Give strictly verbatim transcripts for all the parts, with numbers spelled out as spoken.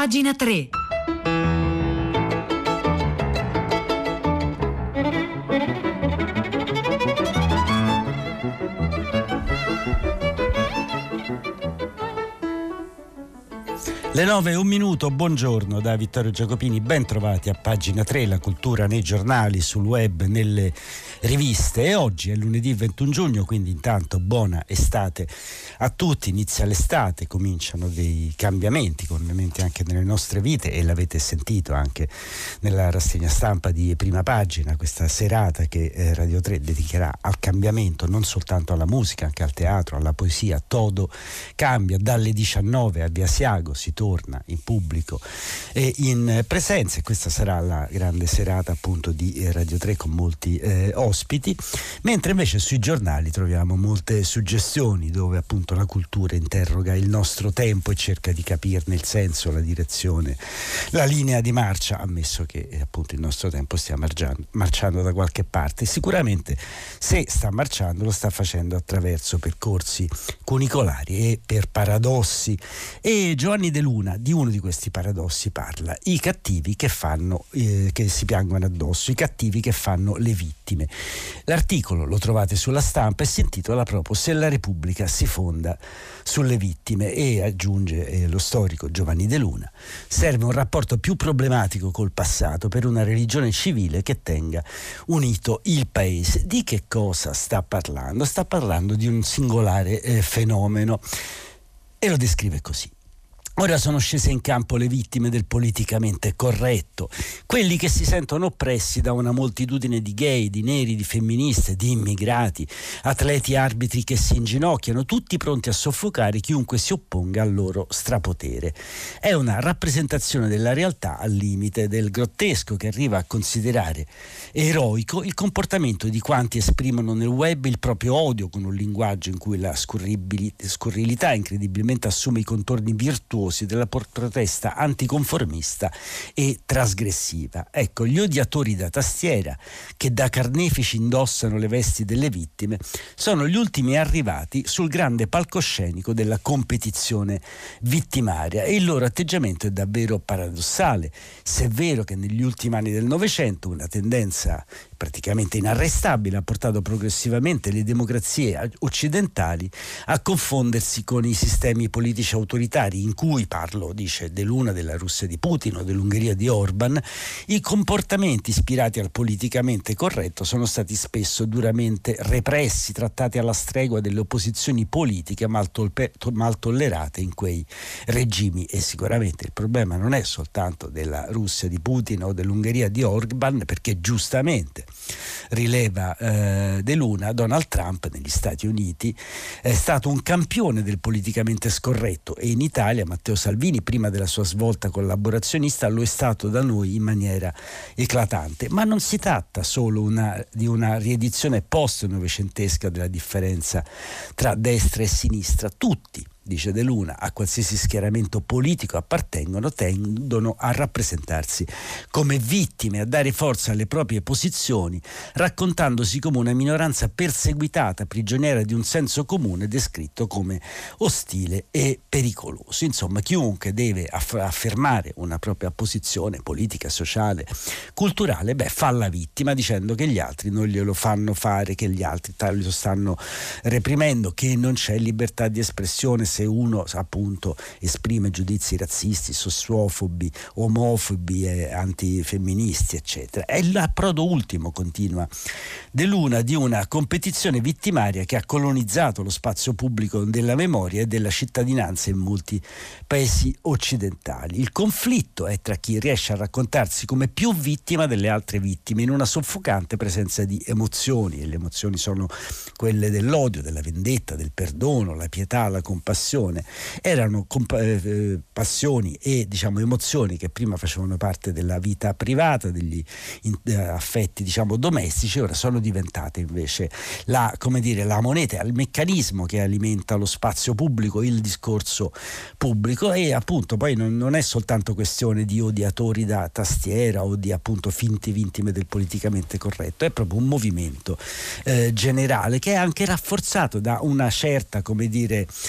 Pagina tre. Le nove e un minuto, buongiorno da Vittorio Giacopini, ben trovati a Pagina tre, la cultura nei giornali, sul web, nelle riviste. E oggi è lunedì ventuno giugno, quindi intanto buona estate a tutti. Inizia l'estate, cominciano dei cambiamenti, cambiamenti anche nelle nostre vite, e l'avete sentito anche nella rassegna stampa di Prima Pagina, questa serata che eh, Radio tre dedicherà al cambiamento, non soltanto alla musica, anche al teatro, alla poesia. Todo cambia, dalle diciannove a Via Asiago si torna in pubblico e in presenza, e questa sarà la grande serata appunto di Radio tre con molti eh, ospiti, mentre invece sui giornali troviamo molte suggestioni dove appunto la cultura interroga il nostro tempo e cerca di capirne il senso, la direzione, la linea di marcia, ammesso che eh, appunto il nostro tempo stia marciando, marciando da qualche parte. Sicuramente se sta marciando lo sta facendo attraverso percorsi cunicolari e per paradossi, e Giovanni De Luna di uno di questi paradossi parla: i cattivi che fanno eh, che si piangono addosso, i cattivi che fanno le vittime. L'articolo lo trovate sulla Stampa e si intitola proprio "Se la Repubblica si fonda sulle vittime", e aggiunge eh, lo storico Giovanni De Luna: serve un rapporto più problematico col passato per una religione civile che tenga unito il paese. Di che cosa sta parlando? Sta parlando di un singolare eh, fenomeno e lo descrive così: ora sono scese in campo le vittime del politicamente corretto, quelli che si sentono oppressi da una moltitudine di gay, di neri, di femministe, di immigrati, atleti, arbitri che si inginocchiano, tutti pronti a soffocare chiunque si opponga al loro strapotere. È una rappresentazione della realtà al limite del grottesco, che arriva a considerare eroico il comportamento di quanti esprimono nel web il proprio odio con un linguaggio in cui la scurrilità incredibilmente assume i contorni virtuosi della protesta anticonformista e trasgressiva. Ecco, gli odiatori da tastiera, che da carnefici indossano le vesti delle vittime, sono gli ultimi arrivati sul grande palcoscenico della competizione vittimaria, e il loro atteggiamento è davvero paradossale, se è vero che negli ultimi anni del Novecento una tendenza praticamente inarrestabile ha portato progressivamente le democrazie occidentali a confondersi con i sistemi politici autoritari, in cui, parlo, dice De Luna, della Russia di Putin o dell'Ungheria di Orban, i comportamenti ispirati al politicamente corretto sono stati spesso duramente repressi, trattati alla stregua delle opposizioni politiche mal, tolpe, mal tollerate in quei regimi. E sicuramente il problema non è soltanto della Russia di Putin o dell'Ungheria di Orban, perché giustamente, rileva eh, De Luna, Donald Trump negli Stati Uniti è stato un campione del politicamente scorretto, e in Italia Matteo Salvini, prima della sua svolta collaborazionista, lo è stato da noi in maniera eclatante. Ma non si tratta solo una, di una riedizione post-novecentesca della differenza tra destra e sinistra. Tutti, dice De Luna, a qualsiasi schieramento politico appartengono, tendono a rappresentarsi come vittime, a dare forza alle proprie posizioni, raccontandosi come una minoranza perseguitata, prigioniera di un senso comune descritto come ostile e pericoloso. Insomma, chiunque deve aff- affermare una propria posizione politica, sociale, culturale, beh, fa la vittima, dicendo che gli altri non glielo fanno fare, che gli altri lo stanno reprimendo, che non c'è libertà di espressione se uno appunto esprime giudizi razzisti, sessuofobi, omofobi e antifemministi, eccetera. È l'approdo ultimo, continua De Luna, di una competizione vittimaria che ha colonizzato lo spazio pubblico della memoria e della cittadinanza in molti paesi occidentali. Il conflitto è tra chi riesce a raccontarsi come più vittima delle altre vittime in una soffocante presenza di emozioni, e le emozioni sono quelle dell'odio, della vendetta, del perdono, la pietà, la compassione. Erano comp- eh, passioni e diciamo emozioni che prima facevano parte della vita privata, degli in- eh, affetti diciamo domestici, ora sono diventate invece la, come dire, la moneta, il meccanismo che alimenta lo spazio pubblico, il discorso pubblico. E appunto poi non, non è soltanto questione di odiatori da tastiera o di appunto finti vittime del politicamente corretto, è proprio un movimento eh, generale che è anche rafforzato da una certa, come dire, pigrizia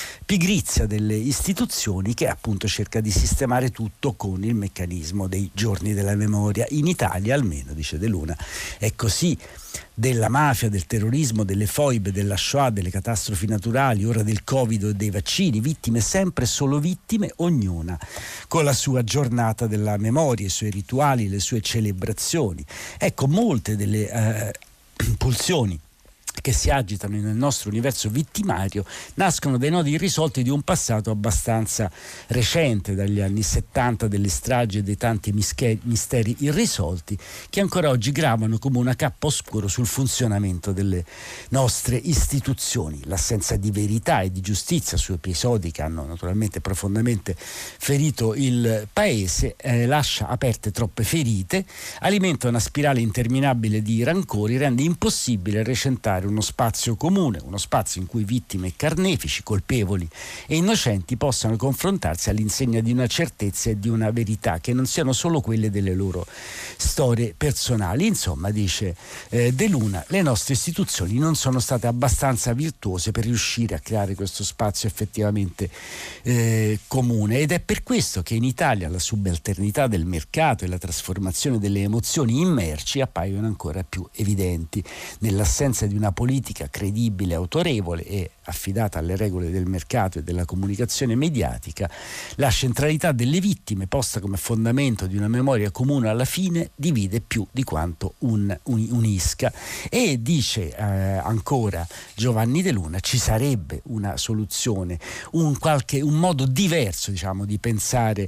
pigrizia delle istituzioni, che appunto cerca di sistemare tutto con il meccanismo dei giorni della memoria. In Italia almeno, dice De Luna, è così. Della mafia, del terrorismo, delle foibe, della Shoah, delle catastrofi naturali, ora del Covid e dei vaccini, vittime sempre solo vittime, ognuna con la sua giornata della memoria, i suoi rituali, le sue celebrazioni. Ecco, molte delle eh, pulsioni che si agitano nel nostro universo vittimario nascono dai nodi irrisolti di un passato abbastanza recente, dagli anni settanta, delle stragi e dei tanti mische- misteri irrisolti che ancora oggi gravano come una cappa oscura sul funzionamento delle nostre istituzioni. L'assenza di verità e di giustizia su episodi che hanno naturalmente profondamente ferito il paese eh, lascia aperte troppe ferite, alimenta una spirale interminabile di rancori, rende impossibile recentare uno spazio comune, uno spazio in cui vittime e carnefici, colpevoli e innocenti possano confrontarsi all'insegna di una certezza e di una verità che non siano solo quelle delle loro storie personali. Insomma, dice eh, De Luna, le nostre istituzioni non sono state abbastanza virtuose per riuscire a creare questo spazio effettivamente eh, comune, ed è per questo che in Italia la subalternità del mercato e la trasformazione delle emozioni in merci appaiono ancora più evidenti. Nell'assenza di una politica credibile, autorevole e affidata alle regole del mercato e della comunicazione mediatica, la centralità delle vittime, posta come fondamento di una memoria comune, alla fine divide più di quanto un, un, unisca. E dice eh, ancora Giovanni De Luna, ci sarebbe una soluzione, un, qualche, un modo diverso, diciamo, di pensare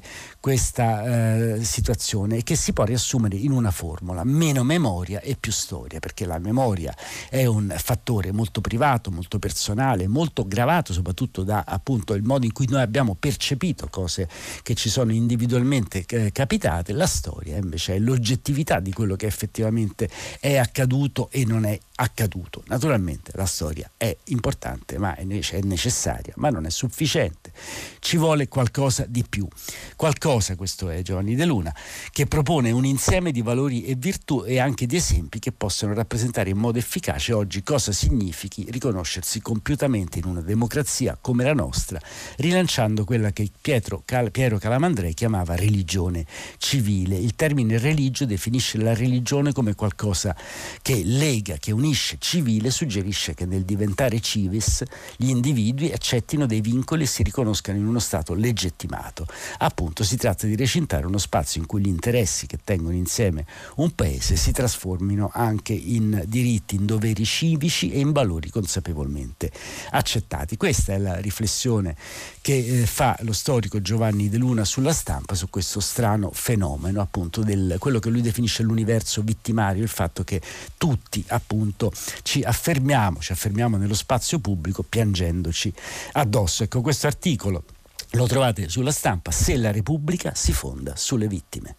questa eh, situazione, che si può riassumere in una formula: meno memoria e più storia, perché la memoria è un fattore molto privato, molto personale, molto gravato soprattutto da appunto il modo in cui noi abbiamo percepito cose che ci sono individualmente eh, capitate. La storia invece è l'oggettività di quello che effettivamente è accaduto e non è accaduto. Naturalmente la storia è importante, ma è necessaria, ma non è sufficiente. Ci vuole qualcosa di più. Qualcosa, questo è Giovanni De Luna, che propone un insieme di valori e virtù e anche di esempi che possono rappresentare in modo efficace oggi cosa significhi riconoscersi compiutamente in una democrazia come la nostra, rilanciando quella che Pietro Cal- Piero Calamandrei chiamava religione civile. Il termine religio definisce la religione come qualcosa che lega, che unisce. Civile suggerisce che nel diventare civis gli individui accettino dei vincoli e si riconoscano in uno stato legittimato. Appunto, si tratta di recintare uno spazio in cui gli interessi che tengono insieme un paese si trasformino anche in diritti, in doveri civici e in valori consapevolmente accettati. Questa è la riflessione che eh, fa lo storico Giovanni De Luna sulla Stampa su questo strano fenomeno, appunto, del quello che lui definisce l'universo vittimario, il fatto che tutti appunto ci affermiamo, ci affermiamo nello spazio pubblico piangendoci addosso. Ecco, questo articolo lo trovate sulla Stampa: se la Repubblica si fonda sulle vittime.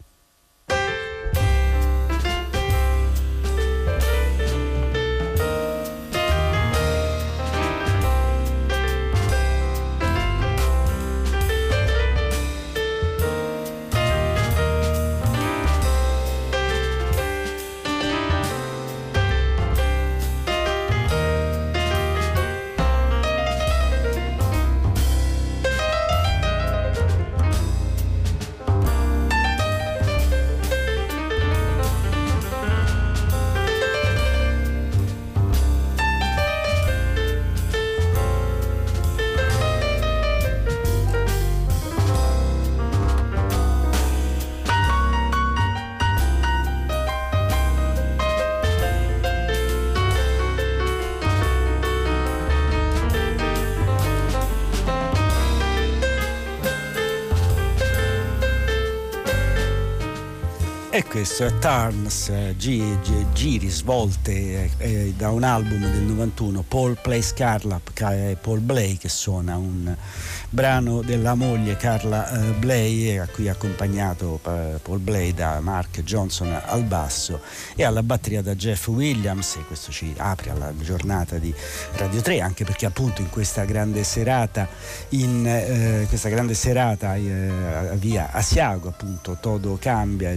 E questo è Turns, eh, gi- gi- giri, svolte eh, eh, da un album del novantuno, Paul Plays Carla, eh, Paul Bley che suona un brano della moglie Carla eh, Bley, a cui è accompagnato eh, Paul Bley da Mark Johnson al basso e alla batteria da Jeff Williams. E questo ci apre alla giornata di Radio tre, anche perché appunto in questa grande serata in eh, questa grande serata eh, a via Asiago, appunto, Todo cambia, il, la festa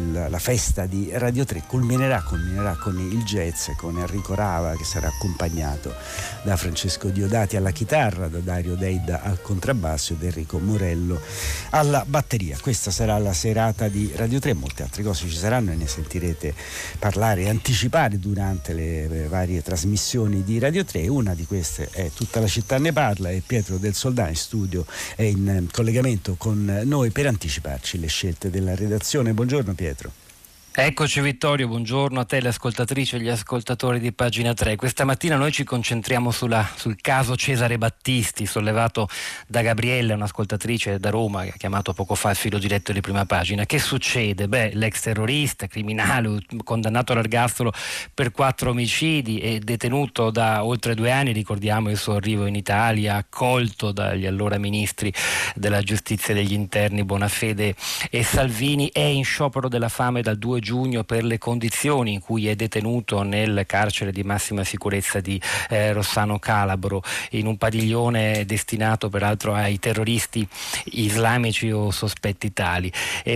festa di Radio tre culminerà, culminerà con il jazz, con Enrico Rava che sarà accompagnato da Francesco Diodati alla chitarra, da Dario Deida al contrabbasso ed Enrico Morello alla batteria. Questa sarà la serata di Radio tre, molte altre cose ci saranno e ne sentirete parlare e anticipare durante le varie trasmissioni di Radio tre. Una di queste è Tutta la città ne parla e Pietro del Soldà in studio è in collegamento con noi per anticiparci le scelte della redazione. Buongiorno Pietro. Eccoci Vittorio, buongiorno a te, le ascoltatrici e gli ascoltatori di Pagina tre. Questa mattina noi ci concentriamo sulla, sul caso Cesare Battisti, sollevato da Gabriella, un'ascoltatrice da Roma che ha chiamato poco fa il filo diretto di Prima Pagina. Che succede? Beh, l'ex terrorista, criminale, condannato all'ergastolo per quattro omicidi e detenuto da oltre due anni, ricordiamo il suo arrivo in Italia, accolto dagli allora ministri della giustizia e degli interni Bonafede e Salvini, è in sciopero della fame dal due giugno per le condizioni in cui è detenuto nel carcere di massima sicurezza di eh, Rossano Calabro, in un padiglione destinato peraltro ai terroristi islamici o sospetti tali.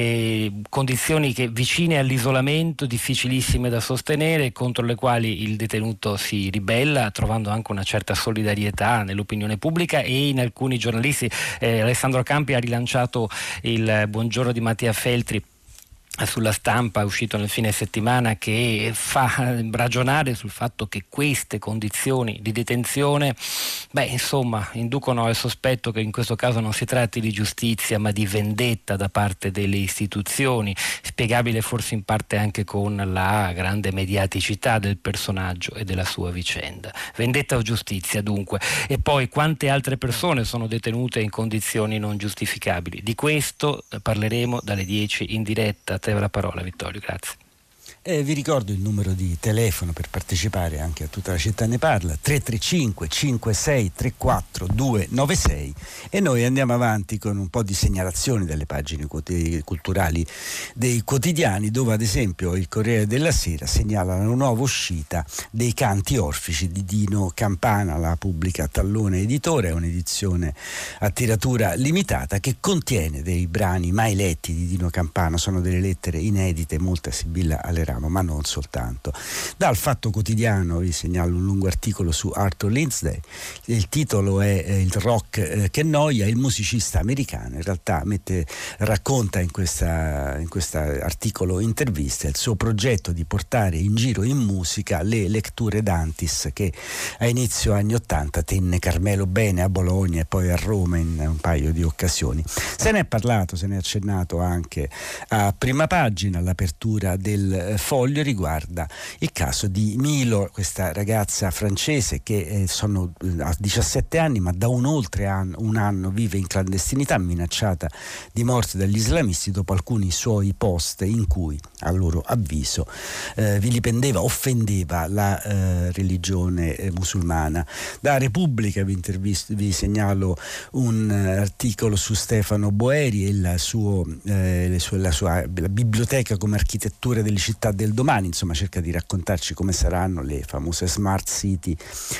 E condizioni che vicine all'isolamento, difficilissime da sostenere, contro le quali il detenuto si ribella, trovando anche una certa solidarietà nell'opinione pubblica e in alcuni giornalisti. eh, Alessandro Campi ha rilanciato il buongiorno di Mattia Feltri sulla Stampa, è uscito nel fine settimana, che fa ragionare sul fatto che queste condizioni di detenzione, beh, insomma, inducono al sospetto che in questo caso non si tratti di giustizia ma di vendetta da parte delle istituzioni, spiegabile forse in parte anche con la grande mediaticità del personaggio e della sua vicenda. Vendetta o giustizia dunque? E poi quante altre persone sono detenute in condizioni non giustificabili? Di questo parleremo dalle dieci in diretta. A te la parola Vittorio, grazie. Eh, vi ricordo il numero di telefono per partecipare anche a Tutta la città ne parla, tre tre cinque cinque sei tre quattro due nove sei, e noi andiamo avanti con un po' di segnalazioni dalle pagine culturali dei quotidiani, dove ad esempio il Corriere della Sera segnala la nuova uscita dei Canti Orfici di Dino Campana, la pubblica Tallone Editore, è un'edizione a tiratura limitata che contiene dei brani mai letti di Dino Campana, sono delle lettere inedite, molte a Sibilla Aleramo, ma non soltanto. Dal Fatto Quotidiano vi segnalo un lungo articolo su Arthur Lindsay, il titolo è eh, Il rock eh, che noia, il musicista americano in realtà mette, racconta in questa in questo articolo intervista il suo progetto di portare in giro in musica le letture d'Antis che a inizio anni ottanta tenne Carmelo Bene a Bologna e poi a Roma in un paio di occasioni. Se ne è parlato, se ne è accennato anche a Prima Pagina. L'apertura del Foglio riguarda il caso di Milo, questa ragazza francese che eh, sono, ha diciassette anni ma da un oltre anno, un anno vive in clandestinità, minacciata di morte dagli islamisti dopo alcuni suoi post in cui a loro avviso eh, vilipendeva, offendeva la eh, religione eh, musulmana. Da Repubblica vi, vi segnalo un uh, articolo su Stefano Boeri e il suo, eh, le sue, la sua la biblioteca come architettura delle città del domani, insomma cerca di raccontarci come saranno le famose smart city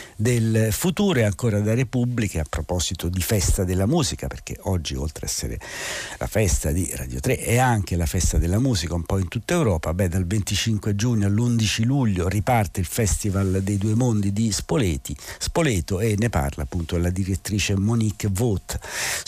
del futuro. E ancora da Repubblica, a proposito di festa della musica, perché oggi oltre a essere la festa di Radio tre è anche la festa della musica un po' in tutta Europa, beh, dal venticinque giugno all'undici luglio riparte il Festival dei Due Mondi di Spoleti, Spoleto, e ne parla appunto la direttrice Monique Vaught.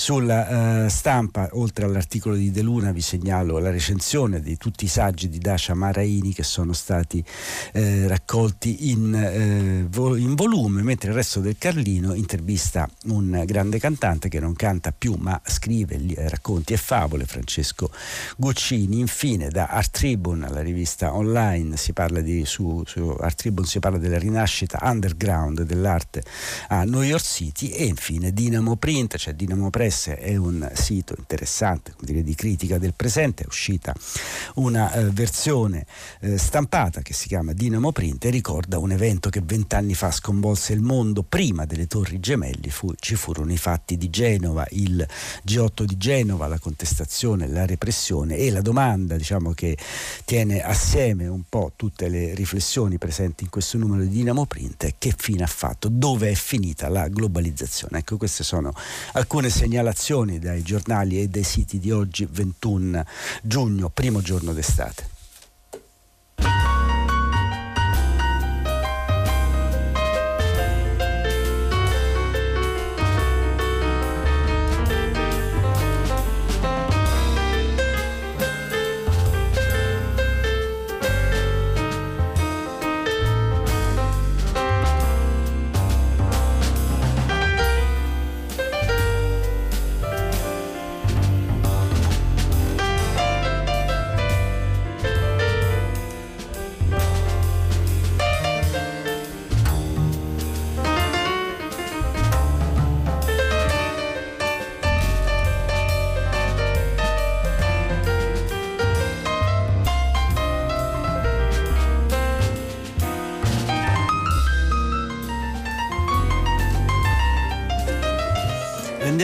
Sulla uh, Stampa, oltre all'articolo di De Luna, vi segnalo la recensione di tutti i saggi di Dacia Maraini che sono stati eh, raccolti in, eh, vo- in volume, mentre il resto del Carlino intervista un grande cantante che non canta più ma scrive eh, racconti e favole, Francesco Guccini. Infine da Art Tribune, la rivista online, si parla di, su, su Art Tribune si parla della rinascita underground dell'arte a New York City. E infine Dynamo Print, cioè Dynamo Press, è un sito interessante, come dire, di critica del presente. È uscita una eh, versione eh, stampata che si chiama Dynamo Print e ricorda un evento che vent'anni fa sconvolse il mondo. Prima delle Torri Gemelli fu, ci furono i fatti di Genova, il G otto di Genova, la contestazione, la repressione, e la domanda, diciamo, che tiene assieme un po' tutte le riflessioni presenti in questo numero di Dynamo Print è: che fine ha fatto, dove è finita la globalizzazione? Ecco, queste sono alcune segnalazioni dai giornali e dai siti di oggi, ventuno giugno, primo giorno d'estate.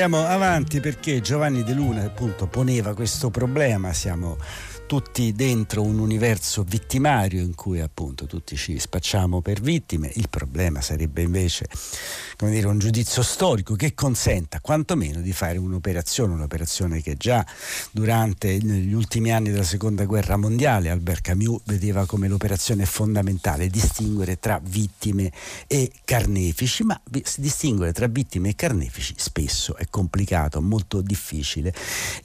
Andiamo avanti perché Giovanni De Luna appunto poneva questo problema. Siamo tutti dentro un universo vittimario in cui appunto tutti ci spacciamo per vittime. Il problema sarebbe invece, come dire, un giudizio storico che consenta quantomeno di fare un'operazione, un'operazione che già durante gli ultimi anni della seconda guerra mondiale Albert Camus vedeva come l'operazione fondamentale, distinguere tra vittime e carnefici, ma distinguere tra vittime e carnefici spesso è complicato, molto difficile,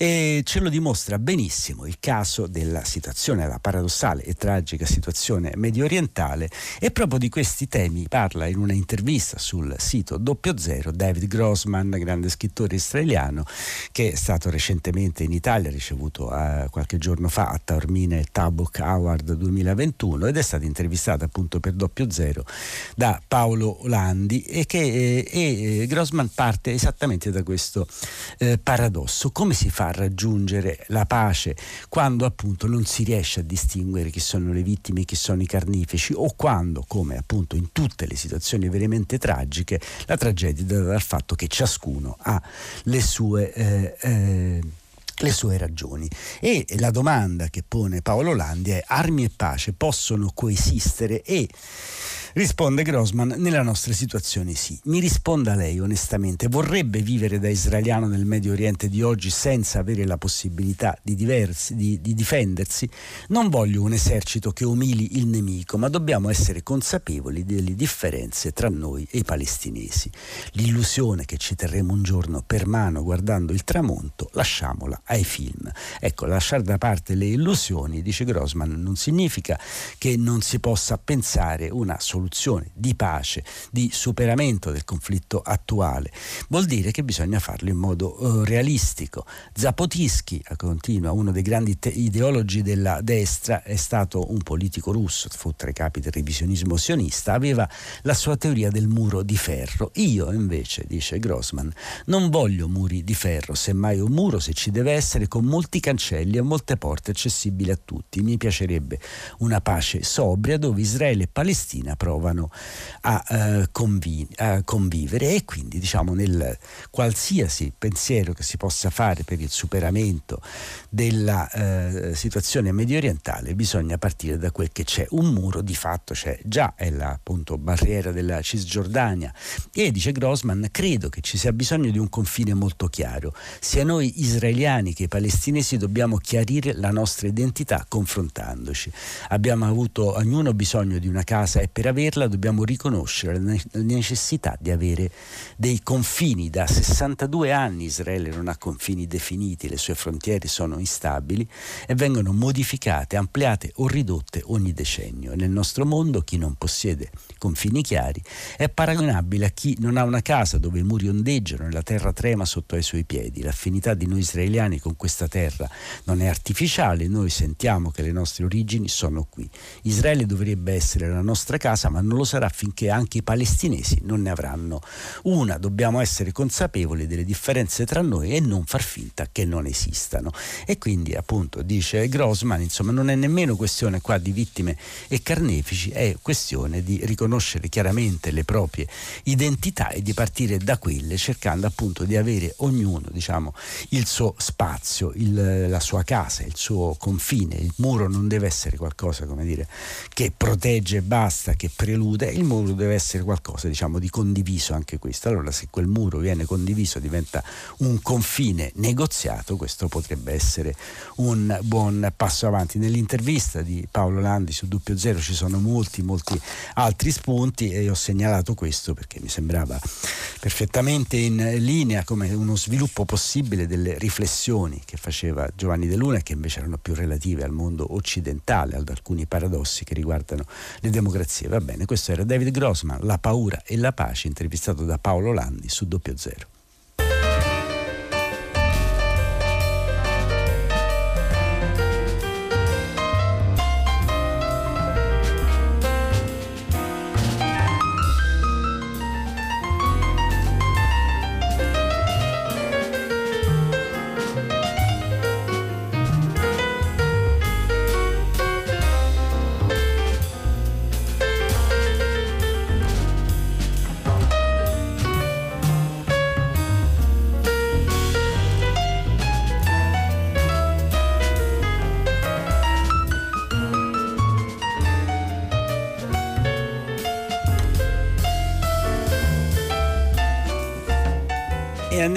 e ce lo dimostra benissimo il caso della situazione, la paradossale e tragica situazione medio orientale. E proprio di questi temi parla in una intervista sul sito Doppio Zero David Grossman, grande scrittore israeliano che è stato recentemente in Italia, ricevuto uh, qualche giorno fa a Taormina il Tabok Award duemilaventuno, ed è stato intervistato appunto per Doppio Zero da Paolo Landi, e che eh, e, eh, Grossman parte esattamente da questo eh, paradosso: come si fa a raggiungere la pace quando appunto non si riesce a distinguere chi sono le vittime e chi sono i carnefici, o quando, come appunto in tutte le situazioni veramente tragiche, la tragedia deriva dal fatto che ciascuno ha le sue eh, eh, le sue ragioni. E la domanda che pone Paolo Landi è: armi e pace possono coesistere? E risponde Grossman: nella nostra situazione sì. Mi risponda lei onestamente, vorrebbe vivere da israeliano nel Medio Oriente di oggi senza avere la possibilità di, diversi, di, di difendersi? Non voglio un esercito che umili il nemico, ma dobbiamo essere consapevoli delle differenze tra noi e i palestinesi. L'illusione che ci terremo un giorno per mano guardando il tramonto, lasciamola ai film. Ecco, lasciare da parte le illusioni, dice Grossman, non significa che non si possa pensare una soluzione di pace, di superamento del conflitto attuale. Vuol dire che bisogna farlo in modo uh, realistico. Zapotysky, continua, uno dei grandi te- ideologi della destra, è stato un politico russo, fu tra i capi del revisionismo sionista, aveva la sua teoria del muro di ferro. Io invece, dice Grossman, non voglio muri di ferro, semmai un muro, se ci deve essere, con molti cancelli e molte porte accessibili a tutti. Mi piacerebbe una pace sobria dove Israele e Palestina provano a, uh, convi- a convivere, e quindi diciamo nel qualsiasi pensiero che si possa fare per il superamento della uh, situazione medio orientale bisogna partire da quel che c'è. Un muro di fatto c'è già, è la appunto barriera della Cisgiordania, e dice Grossman credo che ci sia bisogno di un confine molto chiaro. Sia noi israeliani che i palestinesi dobbiamo chiarire la nostra identità confrontandoci. Abbiamo avuto ognuno bisogno di una casa e per averla dobbiamo riconoscere la necessità di avere dei confini. Da sessantadue anni Israele non ha confini definiti, le sue frontiere sono instabili e vengono modificate, ampliate o ridotte ogni decennio. Nel nostro mondo chi non possiede confini chiari è paragonabile a chi non ha una casa dove i muri ondeggiano e la terra trema sotto ai suoi piedi. L'affinità di noi israeliani con questa terra non è artificiale, noi sentiamo che le nostre origini sono qui. Israele dovrebbe essere la nostra casa, ma non lo sarà finché anche i palestinesi non ne avranno una. Dobbiamo essere consapevoli delle differenze tra noi e non far finta che non esistano. E quindi appunto dice Grossman, insomma non è nemmeno questione qua di vittime e carnefici, è questione di riconoscere chiaramente le proprie identità e di partire da quelle, cercando appunto di avere ognuno diciamo il suo spazio, il, la sua casa, il suo confine. Il muro non deve essere qualcosa, come dire, che protegge e basta, che prelude. Il muro deve essere qualcosa diciamo di condiviso, anche questo. Allora se quel muro viene condiviso diventa un confine negoziato, questo potrebbe essere un buon passo avanti. Nell'intervista di Paolo Landi su Doppio Zero ci sono molti molti altri spunti e ho segnalato questo perché mi sembrava perfettamente in linea come uno sviluppo possibile delle riflessioni che faceva Giovanni De Luna, e che invece erano più relative al mondo occidentale, ad alcuni paradossi che riguardano le democrazie. Va bene, questo era David Grossman, La paura e la pace, intervistato da Paolo Landi su Doppio Zero.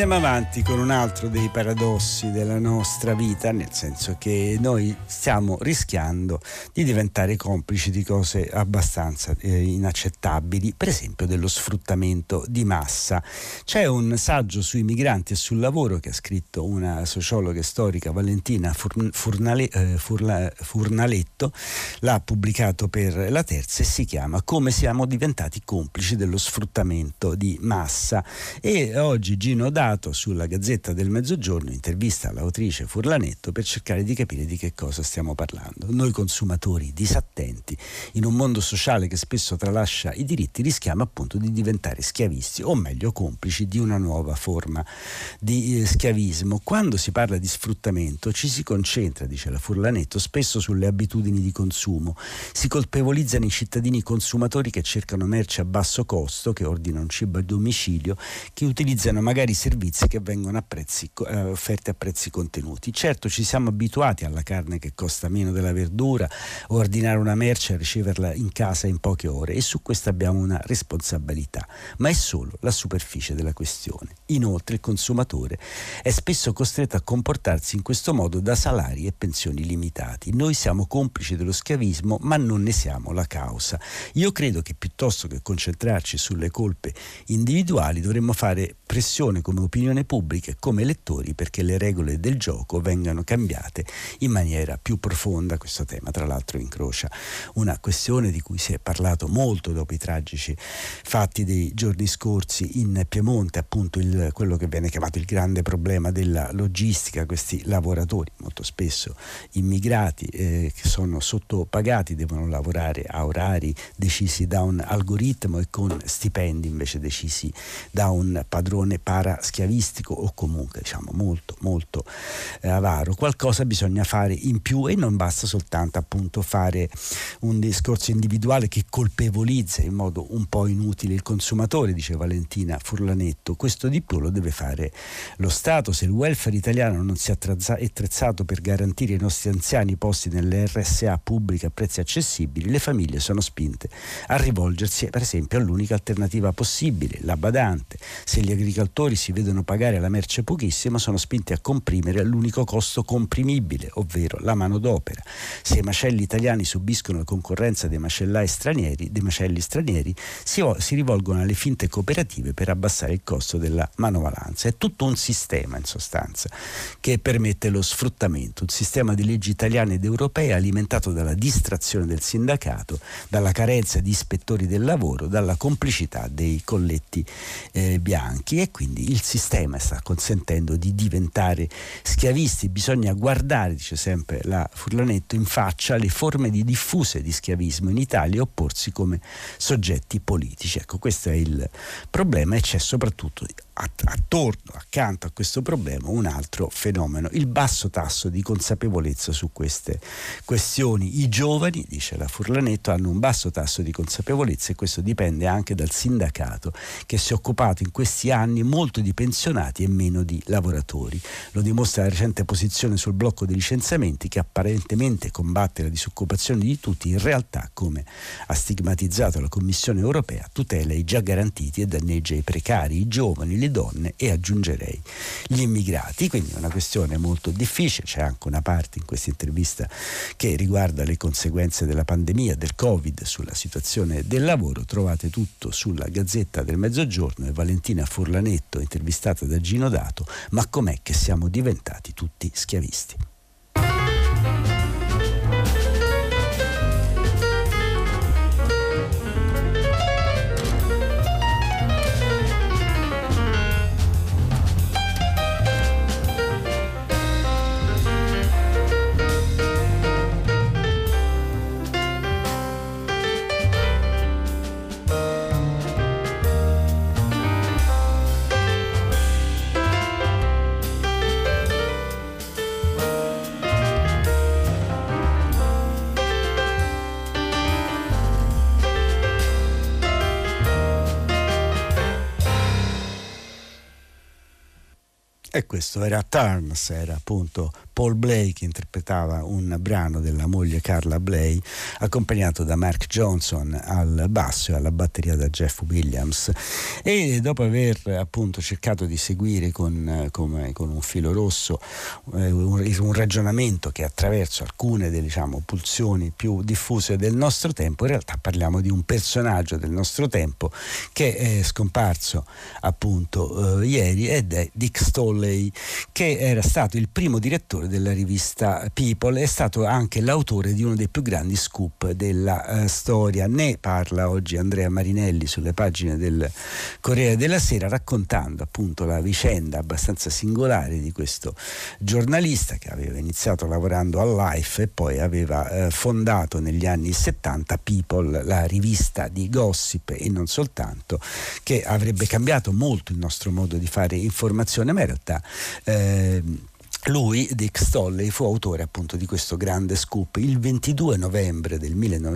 Andiamo avanti con un altro dei paradossi della nostra vita, nel senso che noi stiamo rischiando di diventare complici di cose abbastanza eh, inaccettabili, per esempio dello sfruttamento di massa. C'è un saggio sui migranti e sul lavoro che ha scritto una sociologa e storica, Valentina Furnale, eh, Furla, Furnaletto, l'ha pubblicato per La Terza e si chiama Come siamo diventati complici dello sfruttamento di massa. E oggi Gino Dato sulla Gazzetta del Mezzogiorno intervista l'autrice Furlanetto per cercare di capire di che cosa stiamo parlando. Noi consumatori disattenti in un mondo sociale che spesso tralascia i diritti rischiamo appunto di diventare schiavisti, o meglio complici di una nuova forma di eh, schiavismo. Quando si parla di sfruttamento ci si concentra, dice la Furlanetto, spesso sulle abitudini di consumo. Si colpevolizzano i cittadini consumatori che cercano merci a basso costo, che ordinano cibo a domicilio, che utilizzano magari servizi che vengono a prezzi, eh, offerti a prezzi contenuti. Certo, ci siamo abituati alla carne che costa meno della verdura, o ordinare una merce e riceverla in casa in poche ore, e su questo abbiamo una responsabilità, ma è solo la superficie della questione. Inoltre il consumatore è spesso costretto a comportarsi in questo modo da salari e pensioni limitati. Noi siamo complici dello schiavismo, ma non ne siamo la causa. Io credo che piuttosto che concentrarci sulle colpe individuali dovremmo fare pressione come opinione pubblica e come elettori perché le regole del gioco vengano cambiate in maniera più profonda. Questo tema tra l'altro incrocia una questione di cui si è parlato molto dopo i tragici fatti dei giorni scorsi in Piemonte, appunto il, quello che viene chiamato il grande problema della logistica. Questi lavoratori, molto spesso immigrati, eh, che sono sottopagati, devono lavorare a orari decisi da un algoritmo e con stipendi invece decisi da un padrone paraschiavistico o comunque diciamo molto molto eh, avaro. Qualcosa bisogna fare in più e non basta soltanto appunto fare un discorso individuale che colpevolizza in modo un po' inutile il consumatore, dice Valentina Furlanetto. Questo di più lo deve fare lo Stato. Se il welfare italiano non si è attrezzato per garantire ai nostri anziani posti nelle R S A pubbliche a prezzi accessibili, le famiglie sono spinte a rivolgersi per esempio all'unica alternativa possibile, la badante. Se gli agricoltori si vedono pagare la merce pochissimo, sono spinti a comprimere l'unico costo comprimibile, ovvero la manodopera. Se i macelli italiani subiscono la concorrenza dei macellai stranieri, dei macelli stranieri, si, si rivolgono alle finte cooperative per abbassare il costo della manovalanza. È tutto un sistema, in sostanza, che permette lo sfruttamento, un sistema di leggi italiane ed europee alimentato dalla distrazione del sindacato, dalla carenza di ispettori del lavoro, dalla complicità dei colletti eh, bianchi, e quindi il sistema sta consentendo di diventare schiavisti. Bisogna guardare, dice sempre la Furlanetto, in faccia le forme di diffuse di schiavismo in Italia e opporsi come soggetti politici. Ecco, questo è il problema, e c'è soprattutto attorno, accanto a questo problema, un altro fenomeno: il basso tasso di consapevolezza su queste questioni. I giovani, dice la Furlanetto, hanno un basso tasso di consapevolezza, e questo dipende anche dal sindacato che si è occupato in questi anni molto di pensionati e meno di lavoratori. Lo dimostra la recente posizione sul blocco dei licenziamenti, che apparentemente combatte la disoccupazione di tutti, in realtà, come ha stigmatizzato la Commissione europea, tutela i già garantiti e danneggia i precari, i giovani, le donne e, aggiungerei, gli immigrati. Quindi è una questione molto difficile. C'è anche una parte in questa intervista che riguarda le conseguenze della pandemia, del Covid, sulla situazione del lavoro. Trovate tutto sulla Gazzetta del Mezzogiorno. E Valentina Furlanetto, intervistata da Gino Dato: ma com'è che siamo diventati tutti schiavisti? E questo era Turns, era appunto Paul Bley che interpretava un brano della moglie Carla Bley, accompagnato da Mark Johnson al basso e alla batteria da Jeff Williams. E dopo aver appunto cercato di seguire con, come, con un filo rosso eh, un, un ragionamento che attraverso alcune delle, diciamo, pulsioni più diffuse del nostro tempo, in realtà parliamo di un personaggio del nostro tempo che è scomparso appunto eh, ieri, ed è Dick Stolley, che era stato il primo direttore della rivista People, è stato anche l'autore di uno dei più grandi scoop della uh, storia. Ne parla oggi Andrea Marinelli sulle pagine del Corriere della Sera, raccontando appunto la vicenda abbastanza singolare di questo giornalista che aveva iniziato lavorando a Life e poi aveva uh, fondato negli anni settanta People, la rivista di gossip e non soltanto, che avrebbe cambiato molto il nostro modo di fare informazione, ma in realtà eh, lui, Dick Stolley, fu autore appunto di questo grande scoop. Il ventidue novembre del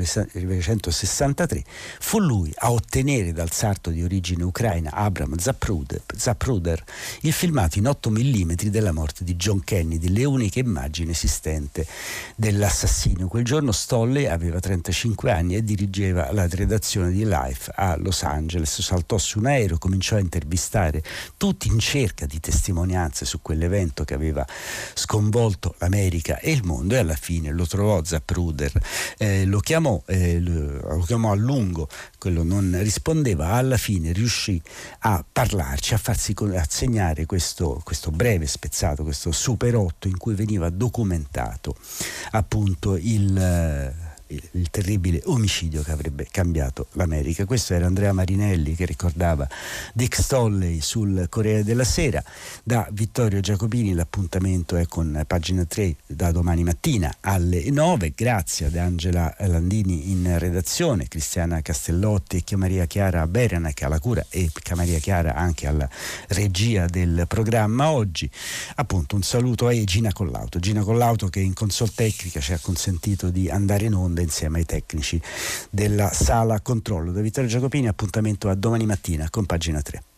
millenovecentosessantatré fu lui a ottenere dal sarto di origine ucraina Abram Zapruder, Zapruder il filmato in otto millimetri della morte di John Kennedy, le uniche immagini esistente dell'assassino. Quel giorno Stolley aveva trentacinque anni e dirigeva la redazione di Life a Los Angeles. Saltò su un aereo, cominciò a intervistare tutti in cerca di testimonianze su quell'evento che aveva sconvolto l'America e il mondo, e alla fine lo trovò Zapruder, eh, lo chiamò eh, lo, lo chiamò a lungo, quello non rispondeva, alla fine riuscì a parlarci, a farsi assegnare questo, questo breve spezzato, questo Super otto in cui veniva documentato appunto il Il, il terribile omicidio che avrebbe cambiato l'America. Questo era Andrea Marinelli che ricordava Dick Stolley sul Corriere della Sera. Da Vittorio Giacopini l'appuntamento è con Pagina tre da domani mattina alle nove. Grazie ad Angela Landini in redazione, Cristiana Castellotti e Maria Chiara Berenac alla cura e Maria Chiara anche alla regia del programma oggi. Appunto un saluto a Gina Collauto, Gina Collauto che in console tecnica ci ha consentito di andare in onda insieme ai tecnici della sala controllo. Da Vittorio Giacopini appuntamento a domani mattina con Pagina tre.